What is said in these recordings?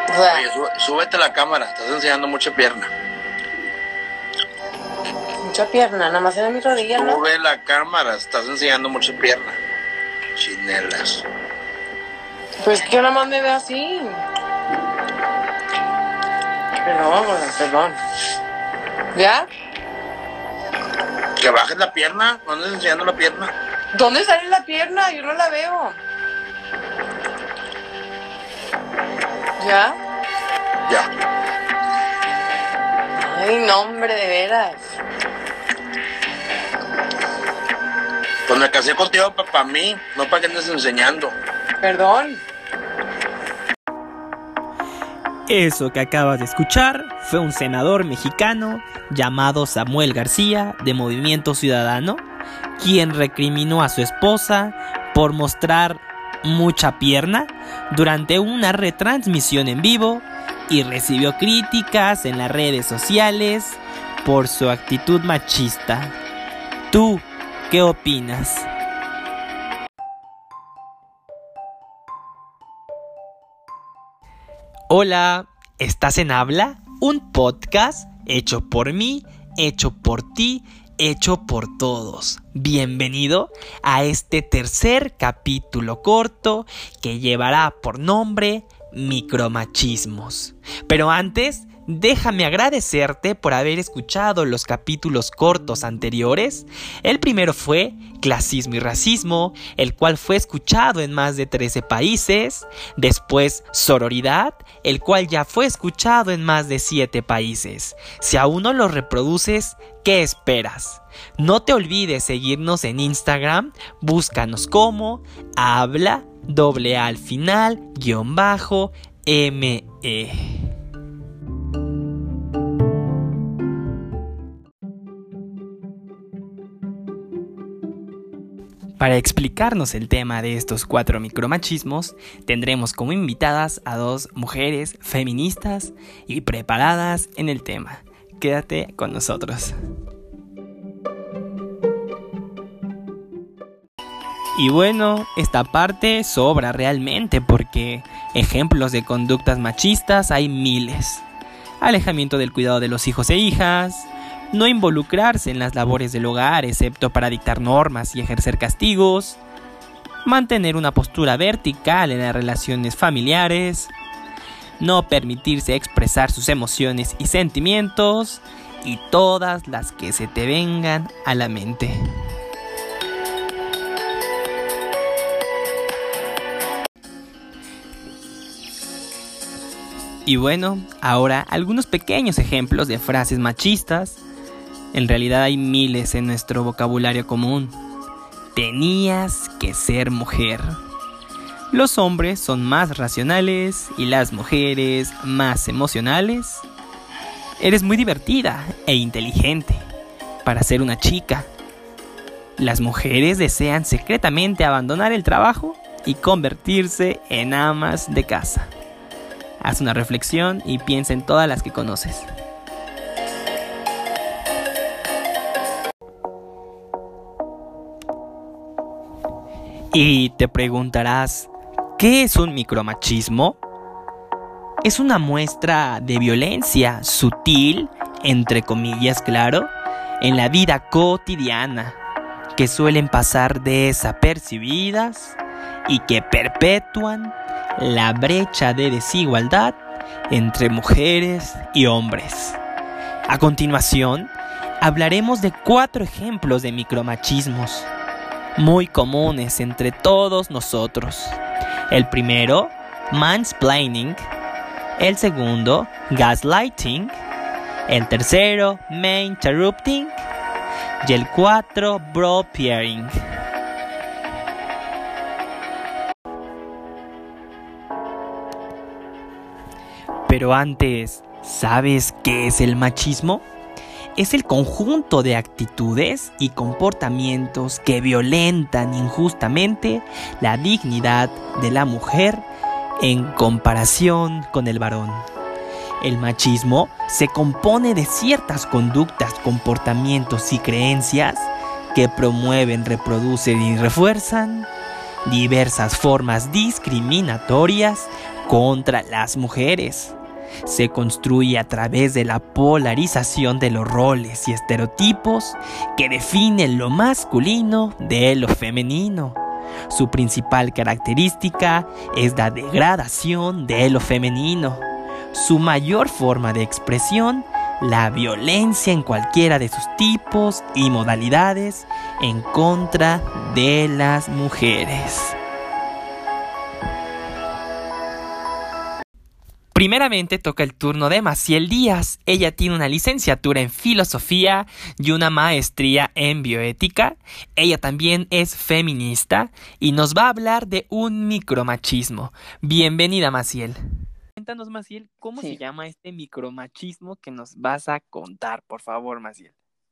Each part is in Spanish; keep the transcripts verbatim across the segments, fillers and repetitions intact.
O sea, Oye, sú- súbete la cámara, estás enseñando mucha pierna. mucha pierna, nada más en mi rodilla, ¿no? Sube la cámara, estás enseñando mucha pierna. Chinelas. Pues que yo nada más me veo así. Perdón, bueno, perdón. ¿Ya? Que bajes la pierna, no andes enseñando la pierna. ¿Dónde sale la pierna? Yo no la veo. ¿Ya? Ya. Ay, no, hombre, de veras. Pues me casé contigo para mí, no para que andes enseñando. Perdón. Eso que acabas de escuchar fue un senador mexicano llamado Samuel García de Movimiento Ciudadano, quien recriminó a su esposa por mostrar mucha pierna durante una retransmisión en vivo y recibió críticas en las redes sociales por su actitud machista. ¿Tú qué opinas? Hola, ¿estás en Habla? Un podcast hecho por mí, hecho por ti, hecho por todos. Bienvenido a este tercer capítulo corto que llevará por nombre Micromachismos. Pero antes, déjame agradecerte por haber escuchado los capítulos cortos anteriores. El primero fue Clasismo y Racismo, el cual fue escuchado en más de trece países. Después Sororidad, el cual ya fue escuchado en más de siete países. Si aún no lo reproduces, ¿qué esperas? No te olvides seguirnos en Instagram, búscanos como habla, doble A al final, guión bajo, M E. Para explicarnos el tema de estos cuatro micromachismos, tendremos como invitadas a dos mujeres feministas y preparadas en el tema. Quédate con nosotros. Y bueno, esta parte sobra realmente porque ejemplos de conductas machistas hay miles. Alejamiento del cuidado de los hijos e hijas, no involucrarse en las labores del hogar excepto para dictar normas y ejercer castigos, mantener una postura vertical en las relaciones familiares, no permitirse expresar sus emociones y sentimientos, y todas las que se te vengan a la mente. Y bueno, ahora algunos pequeños ejemplos de frases machistas. En realidad hay miles en nuestro vocabulario común. Tenías que ser mujer. Los hombres son más racionales y las mujeres más emocionales. Eres muy divertida e inteligente para ser una chica. Las mujeres desean secretamente abandonar el trabajo y convertirse en amas de casa. Haz una reflexión y piensa en todas las que conoces. Y te preguntarás, ¿qué es un micromachismo? Es una muestra de violencia sutil, entre comillas, claro, en la vida cotidiana, que suelen pasar desapercibidas y que perpetúan la brecha de desigualdad entre mujeres y hombres. A continuación, hablaremos de cuatro ejemplos de micromachismos muy comunes entre todos nosotros. El primero, mansplaining. El segundo, gaslighting. El tercero, maninterrupting. Y el cuatro, bro-peering. Pero antes, ¿sabes qué es el machismo? Es el conjunto de actitudes y comportamientos que violentan injustamente la dignidad de la mujer en comparación con el varón. El machismo se compone de ciertas conductas, comportamientos y creencias que promueven, reproducen y refuerzan diversas formas discriminatorias contra las mujeres. Se construye a través de la polarización de los roles y estereotipos que definen lo masculino de lo femenino. Su principal característica es la degradación de lo femenino. Su mayor forma de expresión, la violencia en cualquiera de sus tipos y modalidades en contra de las mujeres. Primeramente toca el turno de Maciel Díaz. Ella tiene una licenciatura en filosofía y una maestría en bioética. Ella también es feminista y nos va a hablar de un micromachismo. Bienvenida, Maciel. Cuéntanos, Maciel, ¿cómo Sí. se llama este micromachismo que nos vas a contar, por favor, Maciel?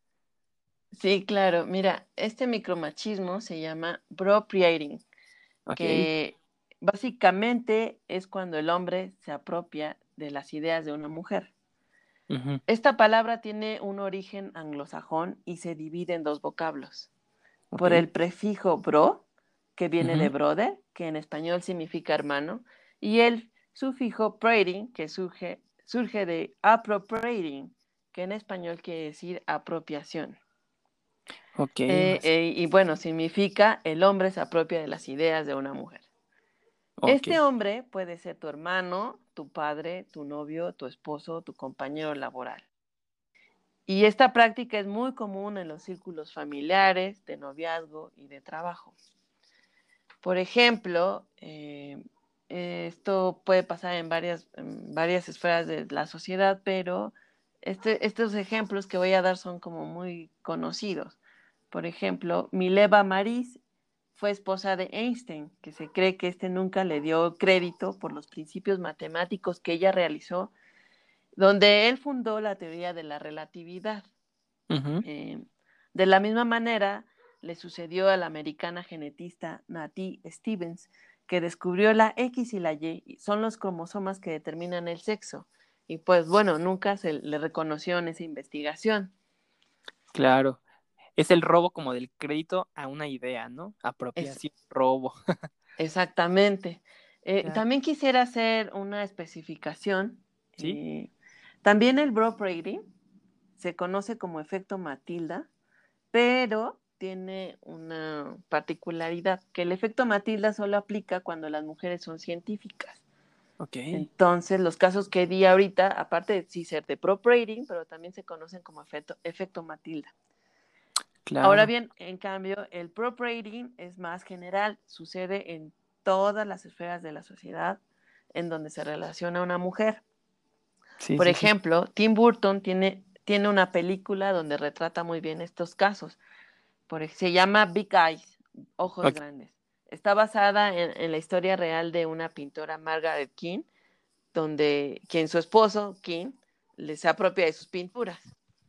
Sí, claro. Mira, este micromachismo se llama appropriating, Ok. que básicamente es cuando el hombre se apropia de las ideas de una mujer. Uh-huh. Esta palabra tiene un origen anglosajón y se divide en dos vocablos. Okay. Por el prefijo bro, que viene Uh-huh. de brother, que en español significa hermano, y el sufijo prating, que surge, surge de appropriating, que en español quiere decir apropiación. Ok. Eh, eh, y bueno, significa el hombre se apropia de las ideas de una mujer. Okay. Este hombre puede ser tu hermano, tu padre, tu novio, tu esposo, tu compañero laboral. Y esta práctica es muy común en los círculos familiares, de noviazgo y de trabajo. Por ejemplo, eh, esto puede pasar en varias, en varias esferas de la sociedad, pero este, estos ejemplos que voy a dar son como muy conocidos. Por ejemplo, Mileva Maris fue esposa de Einstein, que se cree que este nunca le dio crédito por los principios matemáticos que ella realizó, donde él fundó la teoría de la relatividad. Uh-huh. Eh, de la misma manera, le sucedió a la americana genetista Natty Stevens, que descubrió la X y la Y, son los cromosomas que determinan el sexo. Y pues bueno, nunca se le reconoció en esa investigación. Claro. Es el robo como del crédito a una idea, ¿no? Apropiación, es... robo. Exactamente. Eh, Claro. También quisiera hacer una especificación. ¿Sí? Eh, también el appropriating se conoce como efecto Matilda, pero tiene una particularidad, que el efecto Matilda solo aplica cuando las mujeres son científicas. Okay. Entonces, los casos que di ahorita, aparte de sí ser de appropriating, pero también se conocen como efecto, efecto Matilda. Claro. Ahora bien, en cambio, el appropriating es más general, sucede en todas las esferas de la sociedad en donde se relaciona una mujer. Sí, Por sí, ejemplo, sí. Tim Burton tiene, tiene una película donde retrata muy bien estos casos. Por, se llama Big Eyes, Ojos okay. Grandes. Está basada en, en la historia real de una pintora, Margaret King, donde quien su esposo, King, le se apropia de sus pinturas.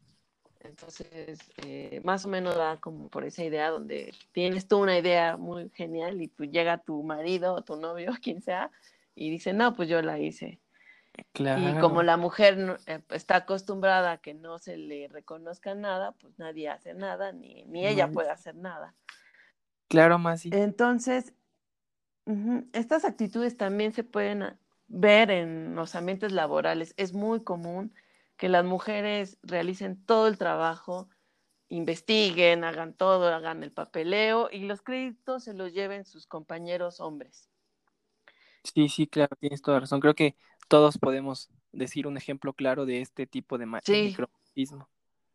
Entonces, eh, más o menos da como por esa idea donde tienes tú una idea muy genial y pues llega tu marido o tu novio, quien sea, y dice, no, pues yo la hice. Claro. Y como la mujer no, eh, está acostumbrada a que no se le reconozca nada, pues nadie hace nada, ni, ni ella puede hacer nada. Claro, Masi. Entonces, uh-huh, estas actitudes también se pueden ver en los ambientes laborales. Es muy común que las mujeres realicen todo el trabajo, investiguen, hagan todo, hagan el papeleo y los créditos se los lleven sus compañeros hombres. Sí, sí, claro, tienes toda razón. Creo que todos podemos decir un ejemplo claro de este tipo de, ma- sí. de micromachismo.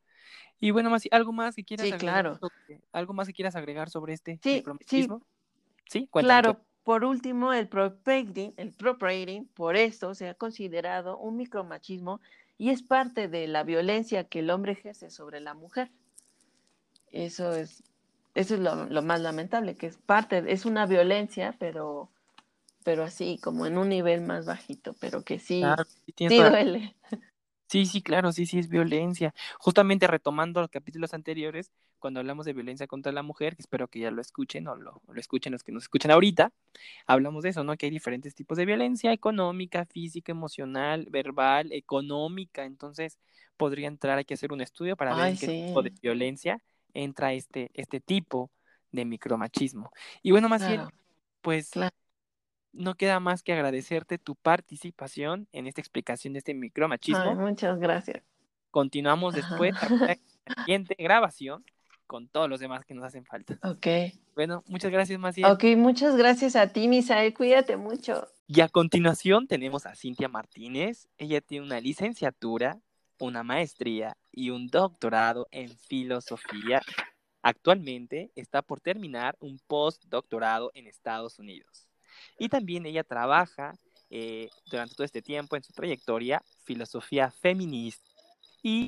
Y bueno, Masi, ¿algo más que quieras sí, agregar? Claro. Sobre, ¿Algo más que quieras agregar sobre este sí, micromachismo? Sí, sí cuéntame. Claro. Por último, el appropriating, el appropriating, por esto se ha considerado un micromachismo y es parte de la violencia que el hombre ejerce sobre la mujer. Eso es, eso es lo, lo más lamentable, que es parte, es una violencia, pero, pero así, como en un nivel más bajito, pero que sí, claro, sí, sí duele. Sí, sí, claro, sí, sí, es violencia. Justamente retomando los capítulos anteriores, cuando hablamos de violencia contra la mujer, que espero que ya lo escuchen o lo, lo escuchen los que nos escuchan ahorita, hablamos de eso, ¿no? Que hay diferentes tipos de violencia económica, física, emocional, verbal, económica. Entonces, podría entrar, hay que hacer un estudio para ver Ay, en qué sí. tipo de violencia entra este, este tipo de micromachismo. Y bueno, Maciel, Claro, pues claro. no queda más que agradecerte tu participación en esta explicación de este micromachismo. Ay, muchas gracias. Continuamos después Ajá. en la siguiente grabación con todos los demás que nos hacen falta. Ok. Bueno, muchas gracias, Maciel. Ok, muchas gracias a ti, Misael. Cuídate mucho. Y a continuación tenemos a Cintia Martínez. Ella tiene una licenciatura, una maestría y un doctorado en filosofía. Actualmente está por terminar un postdoctorado en Estados Unidos. Y también ella trabaja eh, durante todo este tiempo en su trayectoria filosofía feminista y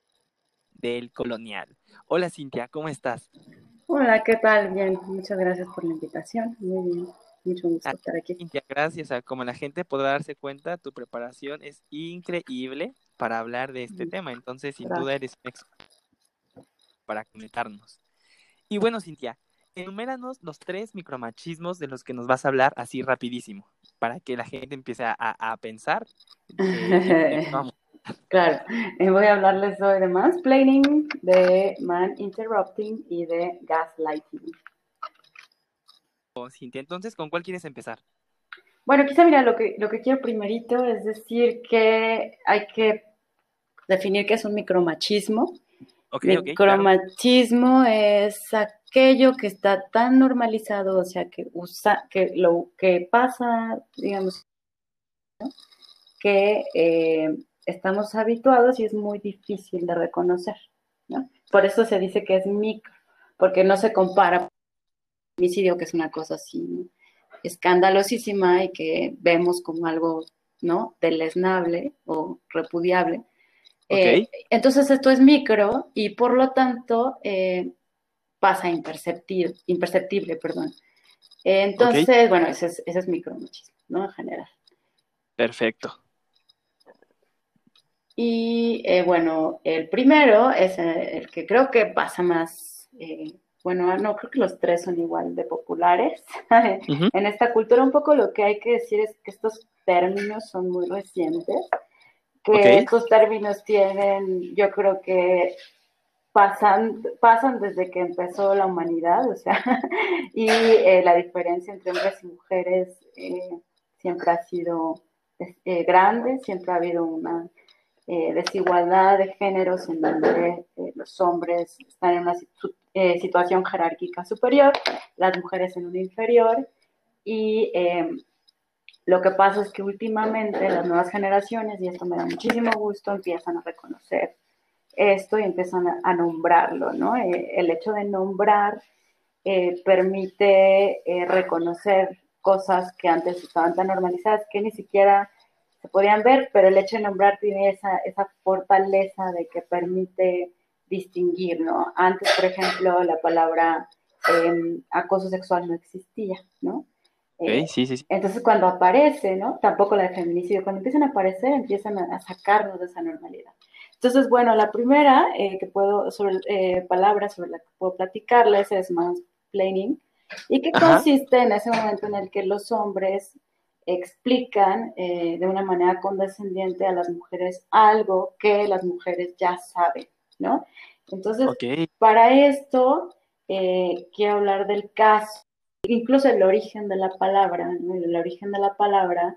del colonial. Hola Cintia, ¿cómo estás? Hola, ¿qué tal? Bien, muchas gracias por la invitación. Muy bien, mucho gusto Ah, estar aquí. Cintia, gracias. A, como la gente podrá darse cuenta, tu preparación es increíble para hablar de este tema. Entonces, sin Gracias. duda, eres un experto para conectarnos. Y bueno, Cintia, enuméranos los tres micromachismos de los que nos vas a hablar así rapidísimo, para que la gente empiece a, a pensar. Eh, vamos. Claro, eh, voy a hablarles hoy de mansplaining, de man interrupting y de gaslighting. Cintia, entonces, ¿con cuál quieres empezar? Bueno, quizá mira, lo que, lo que quiero primerito es decir que hay que definir qué es un micromachismo. Okay, okay, micromachismo claro. Es aquello que está tan normalizado, o sea, que usa, que lo que pasa, digamos, ¿no? que eh, estamos habituados y es muy difícil de reconocer, ¿no? Por eso se dice que es micro, porque no se compara con el homicidio, que es una cosa así, ¿no? Escandalosísima y que vemos como algo, ¿no? Deleznable o repudiable. Okay. Eh, entonces esto es micro y por lo tanto eh, pasa imperceptible, imperceptible, perdón. Eh, entonces, okay. bueno, ese es, ese es micromachismo, ¿no? En general. Perfecto. Y eh, bueno, el primero es el que creo que pasa más, eh, bueno, no, creo que los tres son igual de populares. Uh-huh. En esta cultura un poco lo que hay que decir es que estos términos son muy recientes, que okay. estos términos tienen, yo creo que pasan, pasan desde que empezó la humanidad, o sea, y eh, la diferencia entre hombres y mujeres eh, siempre ha sido eh, grande, siempre ha habido una Eh, desigualdad de géneros en donde eh, los hombres están en una situ- eh, situación jerárquica superior, las mujeres en una inferior, y eh, lo que pasa es que últimamente las nuevas generaciones, y esto me da muchísimo gusto, empiezan a reconocer esto y empiezan a, a nombrarlo, ¿no? Eh, el hecho de nombrar eh, permite eh, reconocer cosas que antes estaban tan normalizadas que ni siquiera se podían ver, pero el hecho de nombrar tiene esa, esa fortaleza de que permite distinguir, ¿no? Antes, por ejemplo, la palabra eh, acoso sexual no existía, ¿no? Okay, eh, sí, sí, sí. Entonces, cuando aparece, ¿no? Tampoco la de feminicidio, cuando empiezan a aparecer, empiezan a, a sacarnos de esa normalidad. Entonces, bueno, la primera eh, que puedo, sobre eh, palabras sobre la que puedo platicarles es mansplaining, y que Ajá. consiste en ese momento en el que los hombres explican eh, de una manera condescendiente a las mujeres algo que las mujeres ya saben, ¿no? Entonces, okay. para esto, eh, quiero hablar del caso, incluso el origen de la palabra, ¿no? El origen de la palabra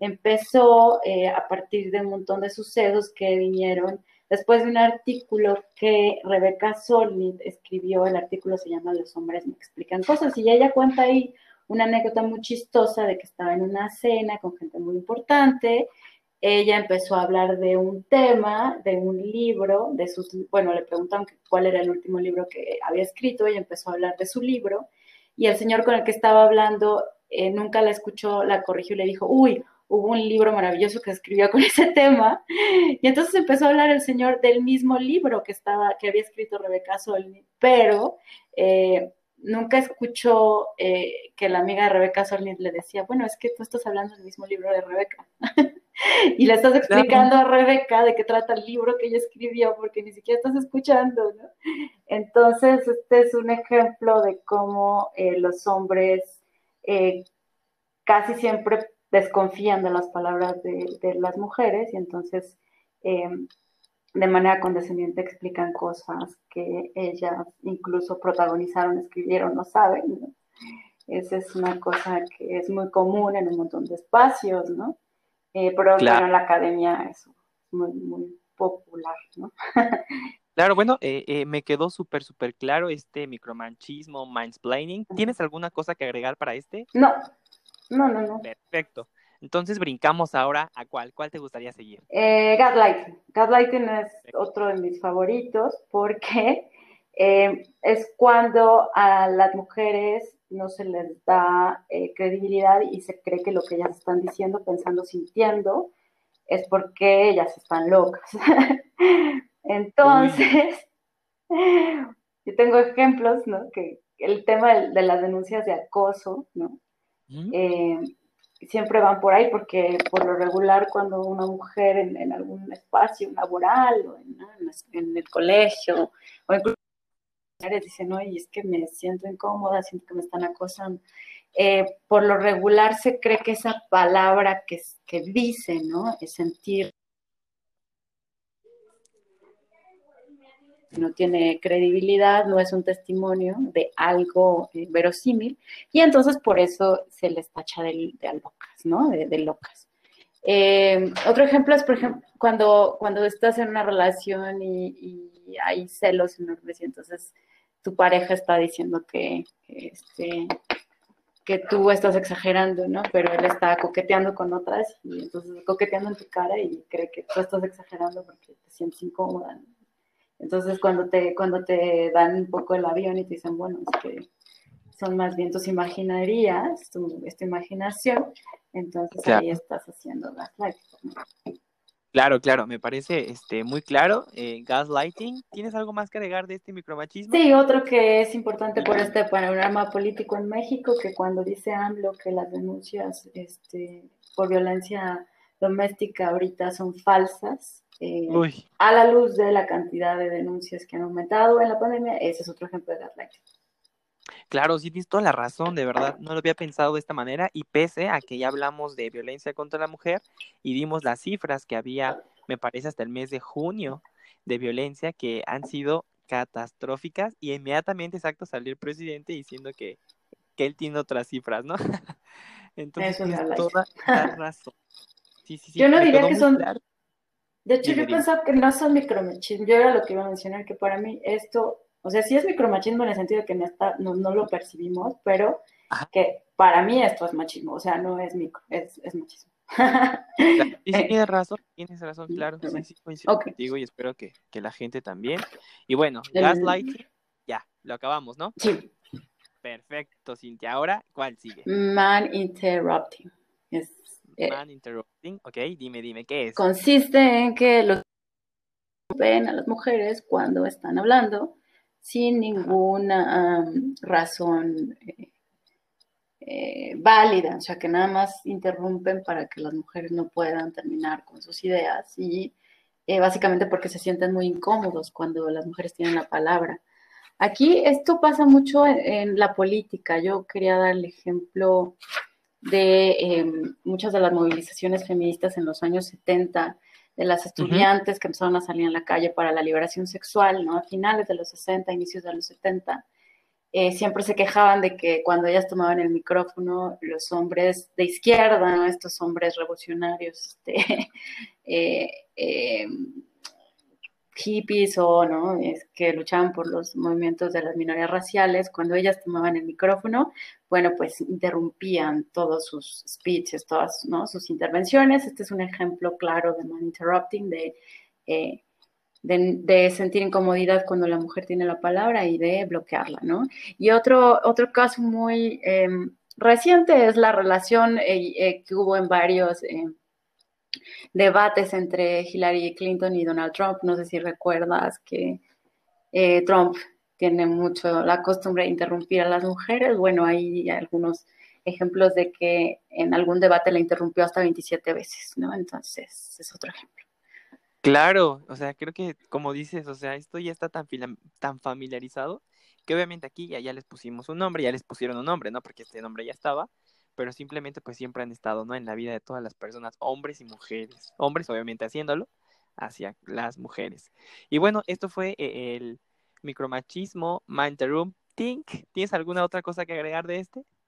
empezó eh, a partir de un montón de sucesos que vinieron después de un artículo que Rebecca Solnit escribió. El artículo se llama Los hombres me explican cosas, y ella cuenta ahí una anécdota muy chistosa de que estaba en una cena con gente muy importante. Ella empezó a hablar de un tema, de un libro, de sus, bueno, le preguntaron cuál era el último libro que había escrito. Ella empezó a hablar de su libro, y el señor con el que estaba hablando eh, nunca la escuchó, la corrigió y le dijo, uy, hubo un libro maravilloso que escribió con ese tema. Y entonces empezó a hablar el señor del mismo libro que, estaba, que había escrito Rebecca Solnit, pero eh, nunca escuchó eh, que la amiga de Rebecca Solnit le decía, bueno, es que tú estás hablando del mismo libro de Rebecca. Y le estás explicando a Rebecca de qué trata el libro que ella escribió, porque ni siquiera estás escuchando, ¿no? Entonces, este es un ejemplo de cómo eh, los hombres eh, casi siempre desconfían de las palabras de, de las mujeres, y entonces eh, de manera condescendiente explican cosas que ellas incluso protagonizaron, escribieron, no saben, ¿no? Esa es una cosa que es muy común en un montón de espacios, ¿no? Eh, pero Claro. bueno, en la academia es muy, muy popular, ¿no? Claro, bueno, eh, eh, me quedó súper, súper claro este micromanchismo, mansplaining. ¿Tienes alguna cosa que agregar para este? No, no, no, no. Perfecto. Entonces brincamos ahora a cuál. ¿Cuál te gustaría seguir? Eh, Gaslighting. Gaslighting es otro de mis favoritos porque eh, es cuando a las mujeres no se les da eh, credibilidad y se cree que lo que ellas están diciendo, pensando, sintiendo, es porque ellas están locas. Entonces, Uy. Yo tengo ejemplos, ¿no? Que el tema de, de las denuncias de acoso, ¿no? ¿Mm? Eh, siempre van por ahí porque por lo regular cuando una mujer en, en algún espacio laboral o en, ¿no? en el colegio o incluso dicen, oye, es que me siento incómoda, siento que me están acosando. Eh, por lo regular se cree que esa palabra que, que dice, ¿no? Es sentir, no tiene credibilidad, no es un testimonio de algo eh, verosímil, y entonces por eso se les tacha de, de locas, ¿no? De, de locas. Eh, otro ejemplo es, por ejemplo, cuando, cuando estás en una relación y, y hay celos enormes y entonces tu pareja está diciendo que, que, este, que tú estás exagerando, ¿no? Pero él está coqueteando con otras y entonces coqueteando en tu cara y cree que tú estás exagerando porque te sientes incómoda, ¿no? Entonces cuando te, cuando te dan un poco el avión y te dicen, bueno, es que son más bien tus imaginarías, tu, es tu imaginación, entonces claro. Ahí estás haciendo gaslighting, ¿no? Claro, claro, me parece este, muy claro. Eh, gaslighting, ¿tienes algo más que agregar de este micromachismo? Sí, otro que es importante por este panorama político en México, que cuando dice AMLO que las denuncias este, por violencia doméstica ahorita son falsas, eh, a la luz de la cantidad de denuncias que han aumentado en la pandemia, ese es otro ejemplo de gaslighting. Claro, sí tienes toda la razón, de verdad, no lo había pensado de esta manera y pese a que ya hablamos de violencia contra la mujer y dimos las cifras que había, me parece, hasta el mes de junio de violencia que han sido catastróficas y inmediatamente, exacto, salió el presidente diciendo que, que él tiene otras cifras, ¿no? Entonces Eso tienes toda la razón. Sí, sí, sí, yo no me diría que son... claro. De hecho, dime, yo pensaba que no son micromachismo, yo era lo que iba a mencionar, que para mí esto... O sea, sí es micromachismo en el sentido de que no, está, no, no lo percibimos, pero Ajá. que para mí esto es machismo, o sea, no es micro, es, es machismo. Claro. Sí, sí, tienes razón, tienes razón, claro, sí, sí, coincido okay. contigo y espero que, que la gente también. Y bueno, el... gaslighting, ya, lo acabamos, ¿no? Sí. Perfecto, Cintia. Ahora, ¿cuál sigue? Man interrupting. Es, Man eh, interrupting, ok, dime, dime, ¿qué es? Consiste en que los ven a las mujeres cuando están hablando sin ninguna um, razón eh, eh, válida, o sea, que nada más interrumpen para que las mujeres no puedan terminar con sus ideas y eh, básicamente porque se sienten muy incómodos cuando las mujeres tienen la palabra. Aquí esto pasa mucho en, en la política. Yo quería dar el ejemplo de eh, muchas de las movilizaciones feministas en los años setenta, de las estudiantes uh-huh. que empezaron a salir en la calle para la liberación sexual, ¿no? A finales de los sesenta, inicios de los setenta, eh, siempre se quejaban de que cuando ellas tomaban el micrófono, los hombres de izquierda, ¿no? Estos hombres revolucionarios, este, eh, eh, hippies o no, es que luchaban por los movimientos de las minorías raciales, cuando ellas tomaban el micrófono, bueno, pues interrumpían todos sus speeches, todas, ¿no? Sus intervenciones. Este es un ejemplo claro de man interrupting, de, eh, de, de sentir incomodidad cuando la mujer tiene la palabra y de bloquearla, ¿no? Y otro, otro caso muy eh, reciente es la relación eh, eh, que hubo en varios... Eh, debates entre Hillary Clinton y Donald Trump. No sé si recuerdas que eh, Trump tiene mucho la costumbre de interrumpir a las mujeres. Bueno, hay algunos ejemplos de que en algún debate la interrumpió hasta veintisiete veces, ¿no? Entonces, es otro ejemplo. Claro, o sea, creo que como dices, o sea, esto ya está tan, tan familiarizado que obviamente aquí ya, ya les pusimos un nombre, ya les pusieron un nombre, ¿no? Porque este nombre ya estaba, pero simplemente pues siempre han estado, ¿no? En la vida de todas las personas, hombres y mujeres. Hombres obviamente haciéndolo hacia las mujeres. Y bueno, esto fue el micromachismo, man interrupting. ¿Tienes alguna otra cosa que agregar de este?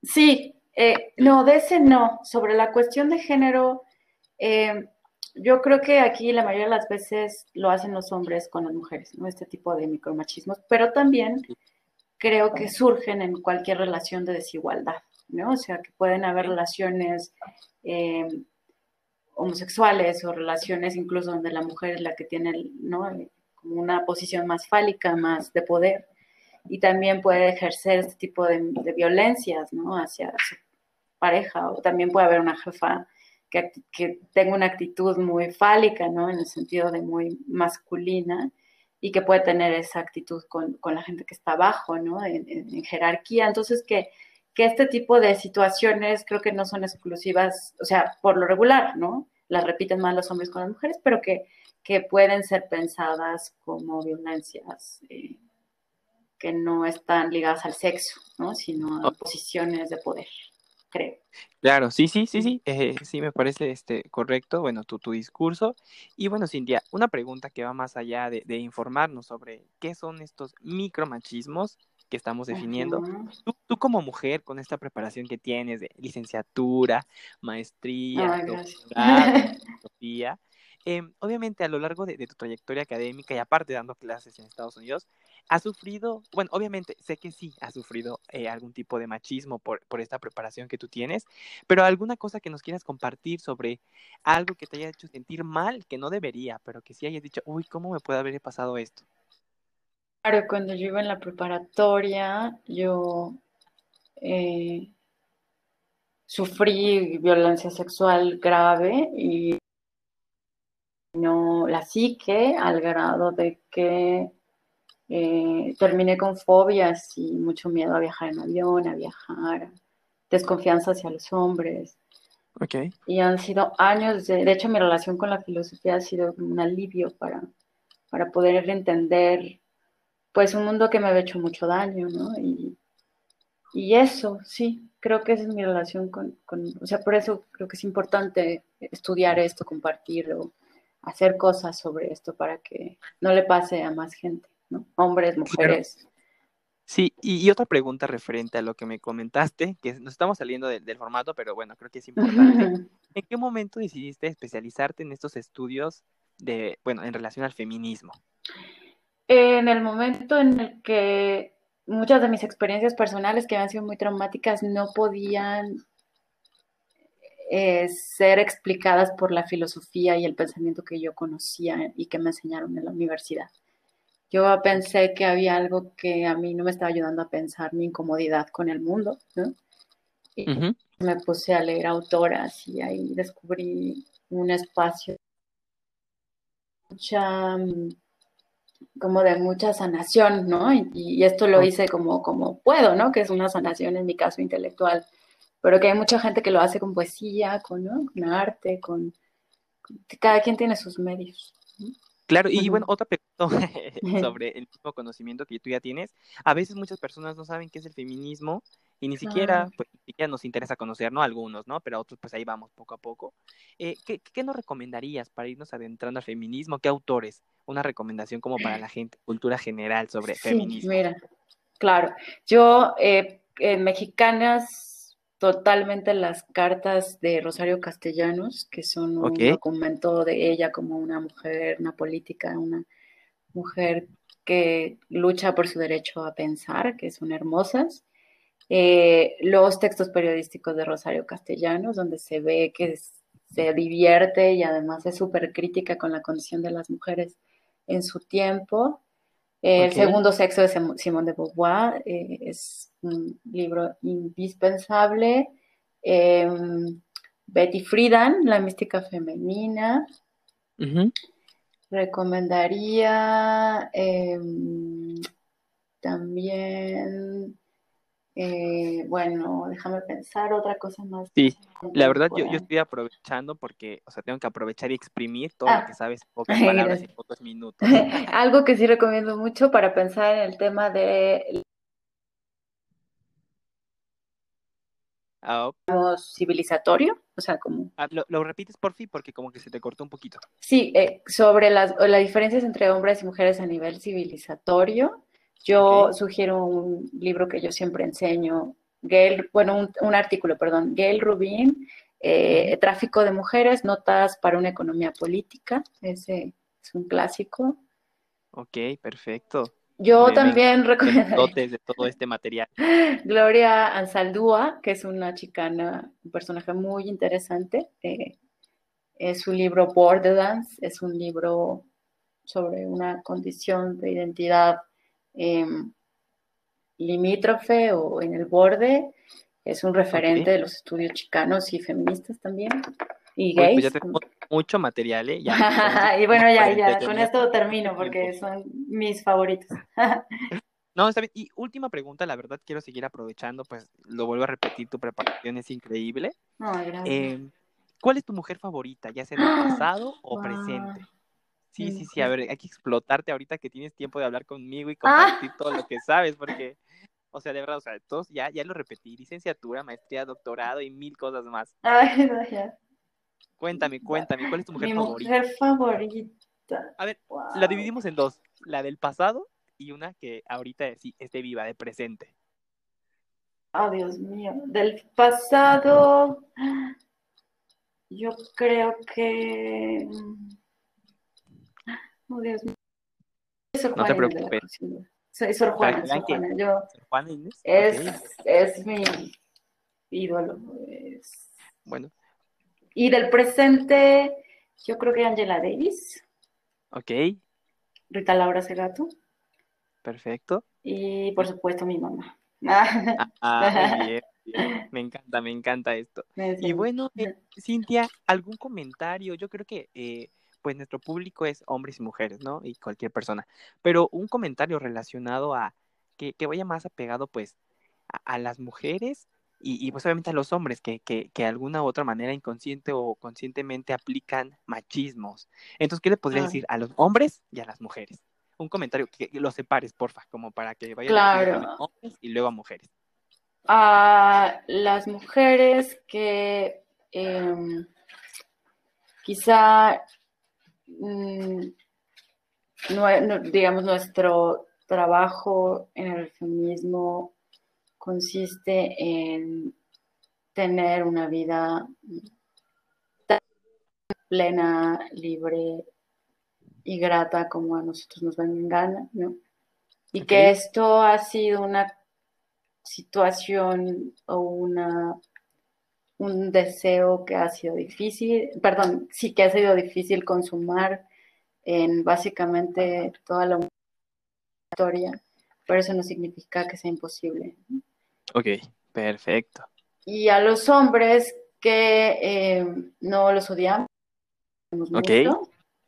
Sí, eh, no, de ese no. Sobre la cuestión de género, eh, yo creo que aquí la mayoría de las veces lo hacen los hombres con las mujeres, ¿no? Este tipo de micromachismos, pero también creo que surgen en cualquier relación de desigualdad, ¿no? O sea, que pueden haber relaciones eh, homosexuales o relaciones incluso donde la mujer es la que tiene, ¿no? Como una posición más fálica, más de poder, y también puede ejercer este tipo de, de violencias, ¿no? Hacia su pareja, o también puede haber una jefa que, que tenga una actitud muy fálica, ¿no? En el sentido de muy masculina, y que puede tener esa actitud con, con la gente que está abajo, ¿no? En, en, en jerarquía. Entonces, que, que este tipo de situaciones creo que no son exclusivas, o sea, por lo regular, ¿no? Las repiten más los hombres con las mujeres, pero que, que pueden ser pensadas como violencias eh, que no están ligadas al sexo, ¿no? Sino a posiciones de poder, creo. Claro, sí, sí, sí, sí, eh, sí me parece este, correcto, bueno, tu, tu discurso. Y bueno, Cintia, una pregunta que va más allá de, de informarnos sobre qué son estos micromachismos que estamos definiendo. Uh-huh. Tú, tú como mujer, con esta preparación que tienes de licenciatura, maestría, Ay, doctorado en filosofía, eh, obviamente a lo largo de, de tu trayectoria académica y aparte dando clases en Estados Unidos, ¿has sufrido, bueno, obviamente sé que sí, has sufrido eh, algún tipo de machismo por, por esta preparación que tú tienes, pero alguna cosa que nos quieras compartir sobre algo que te haya hecho sentir mal, que no debería, pero que sí hayas dicho, uy, ¿cómo me puede haber pasado esto? Claro, cuando yo iba en la preparatoria, yo eh, sufrí violencia sexual grave y no la psique al grado de que eh, terminé con fobias y mucho miedo a viajar en avión, a viajar, desconfianza hacia los hombres. Okay. Y han sido años, de, de hecho mi relación con la filosofía ha sido un alivio para, para poder entender pues un mundo que me había hecho mucho daño, ¿no? Y, y eso, sí, creo que esa es mi relación con, con, o sea, por eso creo que es importante estudiar esto, compartirlo, hacer cosas sobre esto para que no le pase a más gente, ¿no? Hombres, mujeres. Claro. Sí, y, y otra pregunta referente a lo que me comentaste, que nos estamos saliendo de, del formato, pero bueno, creo que es importante. ¿En qué momento decidiste especializarte en estos estudios de, bueno, en relación al feminismo? En el momento en el que muchas de mis experiencias personales que habían sido muy traumáticas no podían eh, ser explicadas por la filosofía y el pensamiento que yo conocía y que me enseñaron en la universidad. Yo pensé que había algo que a mí no me estaba ayudando a pensar mi incomodidad con el mundo, ¿no? Y uh-huh. me puse a leer autoras y ahí descubrí un espacio mucha, como de mucha sanación, ¿no? Y, y esto lo hice como, como puedo, ¿no? Que es una sanación en mi caso intelectual, pero que hay mucha gente que lo hace con poesía, con, ¿no? con arte, con, con... Cada quien tiene sus medios, ¿no? Claro, y bueno, otra pregunta sobre el mismo conocimiento que tú ya tienes. A veces muchas personas no saben qué es el feminismo y ni siquiera, pues, ni siquiera nos interesa conocer, ¿no? Algunos, ¿no? Pero otros, pues ahí vamos poco a poco. Eh, ¿qué, ¿Qué nos recomendarías para irnos adentrando al feminismo? ¿Qué autores? Una recomendación como para la gente, cultura general sobre sí, feminismo. Mira, claro. Yo, eh, eh, mexicanas, totalmente las cartas de Rosario Castellanos, que son un okay. documento de ella como una mujer, una política, una mujer que lucha por su derecho a pensar, que son hermosas. Eh, los textos periodísticos de Rosario Castellanos, donde se ve que se divierte y además es súper crítica con la condición de las mujeres en su tiempo. Eh, okay. El segundo sexo de Simone de Beauvoir eh, es un libro indispensable. Eh, Betty Friedan, La mística femenina. Uh-huh. Recomendaría eh, también, eh, bueno, déjame pensar otra cosa más. Sí, la verdad yo, yo estoy aprovechando porque, o sea, tengo que aprovechar y exprimir todo ah. lo que sabes en pocas palabras y en pocos minutos. Algo que sí recomiendo mucho para pensar en el tema de Oh. civilizatorio, o sea, como... Ah, lo, lo repites por fin porque como que se te cortó un poquito. Sí, eh, sobre las, las diferencias entre hombres y mujeres a nivel civilizatorio, yo okay. sugiero un libro que yo siempre enseño Gail, bueno, un, un artículo, perdón, Gail Rubin, eh, Tráfico de Mujeres, Notas para una Economía Política, ese es un clásico. Ok, perfecto. Yo me, también recuerdo de todo este material. Gloria Anzaldúa, que es una chicana, un personaje muy interesante. Eh, es su libro Borderlands, es un libro sobre una condición de identidad eh, limítrofe o en el borde. Es un referente okay. de los estudios chicanos y feministas también. Y gays. Pues ya tenemos mucho material, ¿eh? Ya, y bueno, ya, ya, con esto termino porque son mis favoritos. No, está bien. Y última pregunta, la verdad quiero seguir aprovechando, pues lo vuelvo a repetir, tu preparación es increíble. Ay, gracias. Eh, ¿Cuál es tu mujer favorita, ya sea del pasado o wow. presente? Sí, sí, sí, a ver, hay que explotarte ahorita que tienes tiempo de hablar conmigo y compartir ah. todo lo que sabes, porque, o sea, de verdad, o sea, todos ya, ya lo repetí, licenciatura, maestría, doctorado y mil cosas más. Ay, no, ya. Cuéntame, cuéntame, ¿cuál es tu mujer Mi favorita? Mi mujer favorita. A ver, wow. la dividimos en dos, la del pasado y una que ahorita sí esté viva, de presente. Oh, Dios mío, del pasado, yo creo que... Oh, Dios mío. Sor no te preocupes. Soy Sor Juana, Sor Juana. Yo, ¿Sor Juana Inés? Es, okay. es mi ídolo. Es... Bueno. Y del presente, yo creo que Angela Davis. Ok. Rita Laura Segato. Perfecto. Y por supuesto mi mamá. Ah, ah, muy bien, bien. Me encanta, me encanta esto. Sí. Y bueno, eh, Cintia, ¿algún comentario? Yo creo que eh, pues nuestro público es hombres y mujeres, ¿no? Y cualquier persona. Pero un comentario relacionado a que, que vaya más apegado pues a, a las mujeres y, y pues obviamente a los hombres que, que, que de alguna u otra manera inconsciente o conscientemente aplican machismos. Entonces, ¿qué le podrías ah. decir a los hombres y a las mujeres? Un comentario que, que los separes, porfa, como para que vayan claro. a hombres y luego a mujeres. A las mujeres que eh, quizá, mm, no, no, digamos, nuestro trabajo en el feminismo consiste en tener una vida tan plena, libre y grata como a nosotros nos venga en gana, ¿no? Y okay. que esto ha sido una situación o una un deseo que ha sido difícil, perdón, sí que ha sido difícil consumar en básicamente toda la historia, pero eso no significa que sea imposible. Ok, perfecto. Y a los hombres que eh, no los odiamos okay. mucho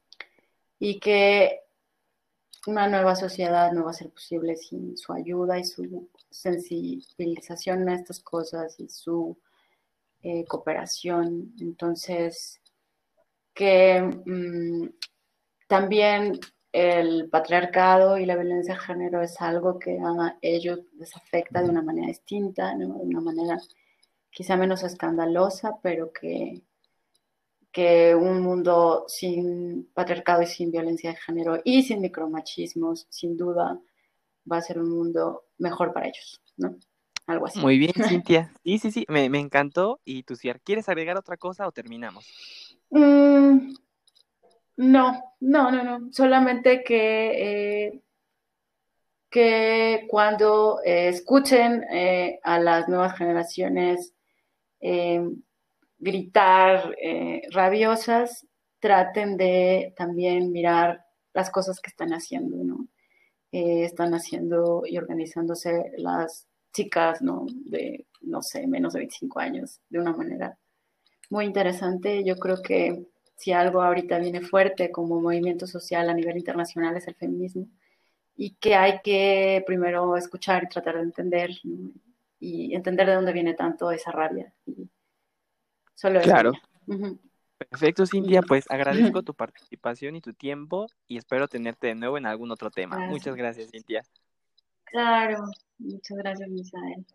y que una nueva sociedad no va a ser posible sin su ayuda y su sensibilización a estas cosas y su eh, cooperación. Entonces, que mmm, también el patriarcado y la violencia de género es algo que a ellos les afecta de una manera distinta, ¿no? De una manera quizá menos escandalosa, pero que que un mundo sin patriarcado y sin violencia de género y sin micromachismos, sin duda, va a ser un mundo mejor para ellos, ¿no? Algo así. Muy bien, Cintia. Sí, sí, sí, me, me encantó. ¿Y tú, Ciar, quieres agregar otra cosa o terminamos? Mm, no, no, no, no. Solamente que, eh, que cuando eh, escuchen eh, a las nuevas generaciones eh, gritar eh, rabiosas, traten de también mirar las cosas que están haciendo, ¿no? Eh, están haciendo y organizándose las chicas, ¿no? De, no sé, menos de veinticinco años, de una manera muy interesante. Yo creo que si algo ahorita viene fuerte como movimiento social a nivel internacional es el feminismo y que hay que primero escuchar y tratar de entender, ¿no? Y entender de dónde viene tanto esa rabia. Y, Solo claro. Uh-huh. Perfecto, Cintia, pues agradezco tu participación y tu tiempo y espero tenerte de nuevo en algún otro tema. Gracias. Muchas gracias, Cintia. Claro, muchas gracias, Misael.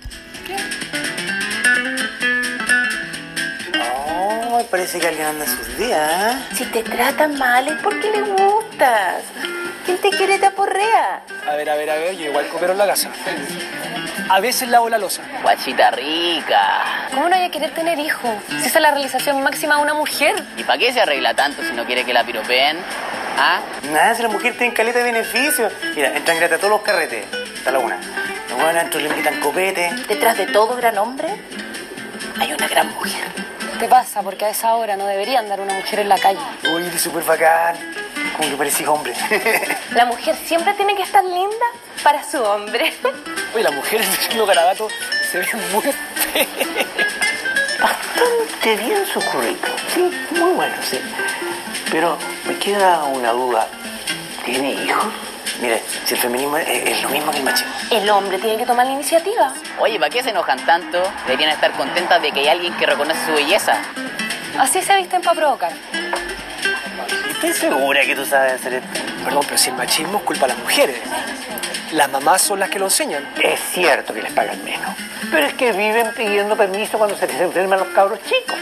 Oh, parece que alguien anda en sus días. Si te tratan mal es porque le gustas. ¿Quién te quiere te aporrea? A ver, a ver, a ver, yo igual coopero en la casa. A veces lavo la loza. Guachita rica. ¿Cómo no hay a querer tener hijos? Si esa es la realización máxima de una mujer. ¿Y para qué se arregla tanto si no quiere que la piropeen? ¿Ah? Nada, si la mujer tiene caleta de beneficios. Mira, entran gratis a todos los carretes. Hasta la una. Los buenos adentro le invitan copete. Detrás de todo gran hombre hay una gran mujer. ¿Qué pasa? Porque a esa hora no debería andar una mujer en la calle. Uy, eres súper bacán. Como que parecís hombre. La mujer siempre tiene que estar linda para su hombre. Oye, las mujeres haciendo garabato se ven muy feas. Bastante bien su currículum. Sí, muy bueno, sí. Pero me queda una duda. ¿Tiene hijos? Mire, si el feminismo es, es lo mismo que el machismo. El hombre tiene que tomar la iniciativa. Oye, ¿para qué se enojan tanto? Deberían estar contentas de que hay alguien que reconoce su belleza. Así se visten para provocar. ¿Estás segura que tú sabes hacer esto? Perdón, pero si el machismo es culpa de las mujeres. Las mamás son las que lo enseñan. Es cierto que les pagan menos, pero es que viven pidiendo permiso cuando se les enferman los cabros chicos.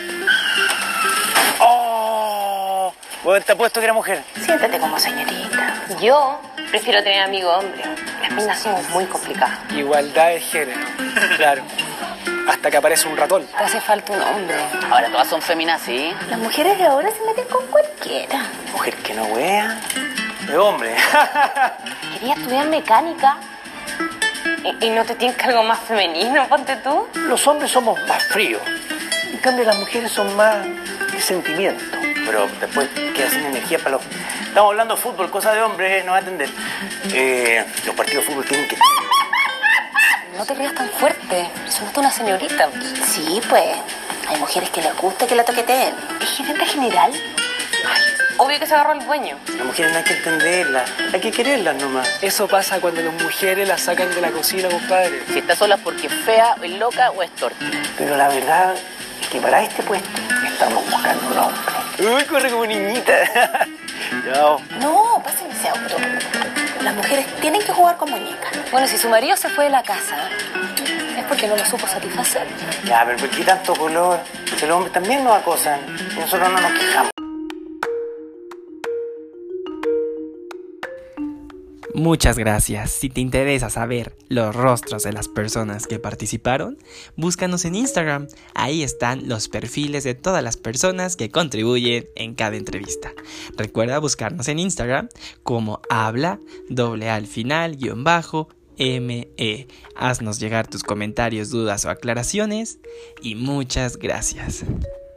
¡Oh! Bueno, te apuesto que era mujer. Siéntate como señorita. Yo prefiero tener amigo hombre. Las minas somos muy complicadas. Igualdad de género. Claro. Hasta que aparece un ratón. Te hace falta un hombre. Ahora todas son féminas, ¿sí? Las mujeres de ahora se meten con cualquiera. Mujer que no wea. De hombre. Quería estudiar mecánica. ¿Y, y no te tienes que algo más femenino, ponte tú? Los hombres somos más fríos. En cambio, las mujeres son más de sentimiento. Pero después queda sin energía para los... Estamos hablando de fútbol, cosa de hombres, no va a atender. Eh, los partidos de fútbol tienen que... No te rías tan fuerte. Somos una señorita. Sí, pues. Hay mujeres que les gusta que la toqueteen. ¿Es gerente general? Ay, obvio que se agarró el dueño. Las mujeres no hay que entenderlas, hay que quererlas nomás. Eso pasa cuando las mujeres las sacan de la cocina, compadre. Si está sola es porque es fea, es loca o es torta. Pero la verdad es que para este puesto estamos buscando un hombre. Uy, corre como niñita. Chao. No, pásenme ese auto. Las mujeres tienen que jugar con muñecas. Bueno, si su marido se fue de la casa, es porque no lo supo satisfacer. Ya, pero ¿por qué tanto color? Que los hombres también nos acosan y nosotros no nos quejamos. Muchas gracias. Si te interesa saber los rostros de las personas que participaron, búscanos en Instagram. Ahí están los perfiles de todas las personas que contribuyen en cada entrevista. Recuerda buscarnos en Instagram como habla, doble al final, guión bajo, M E. Haznos llegar tus comentarios, dudas o aclaraciones y muchas gracias.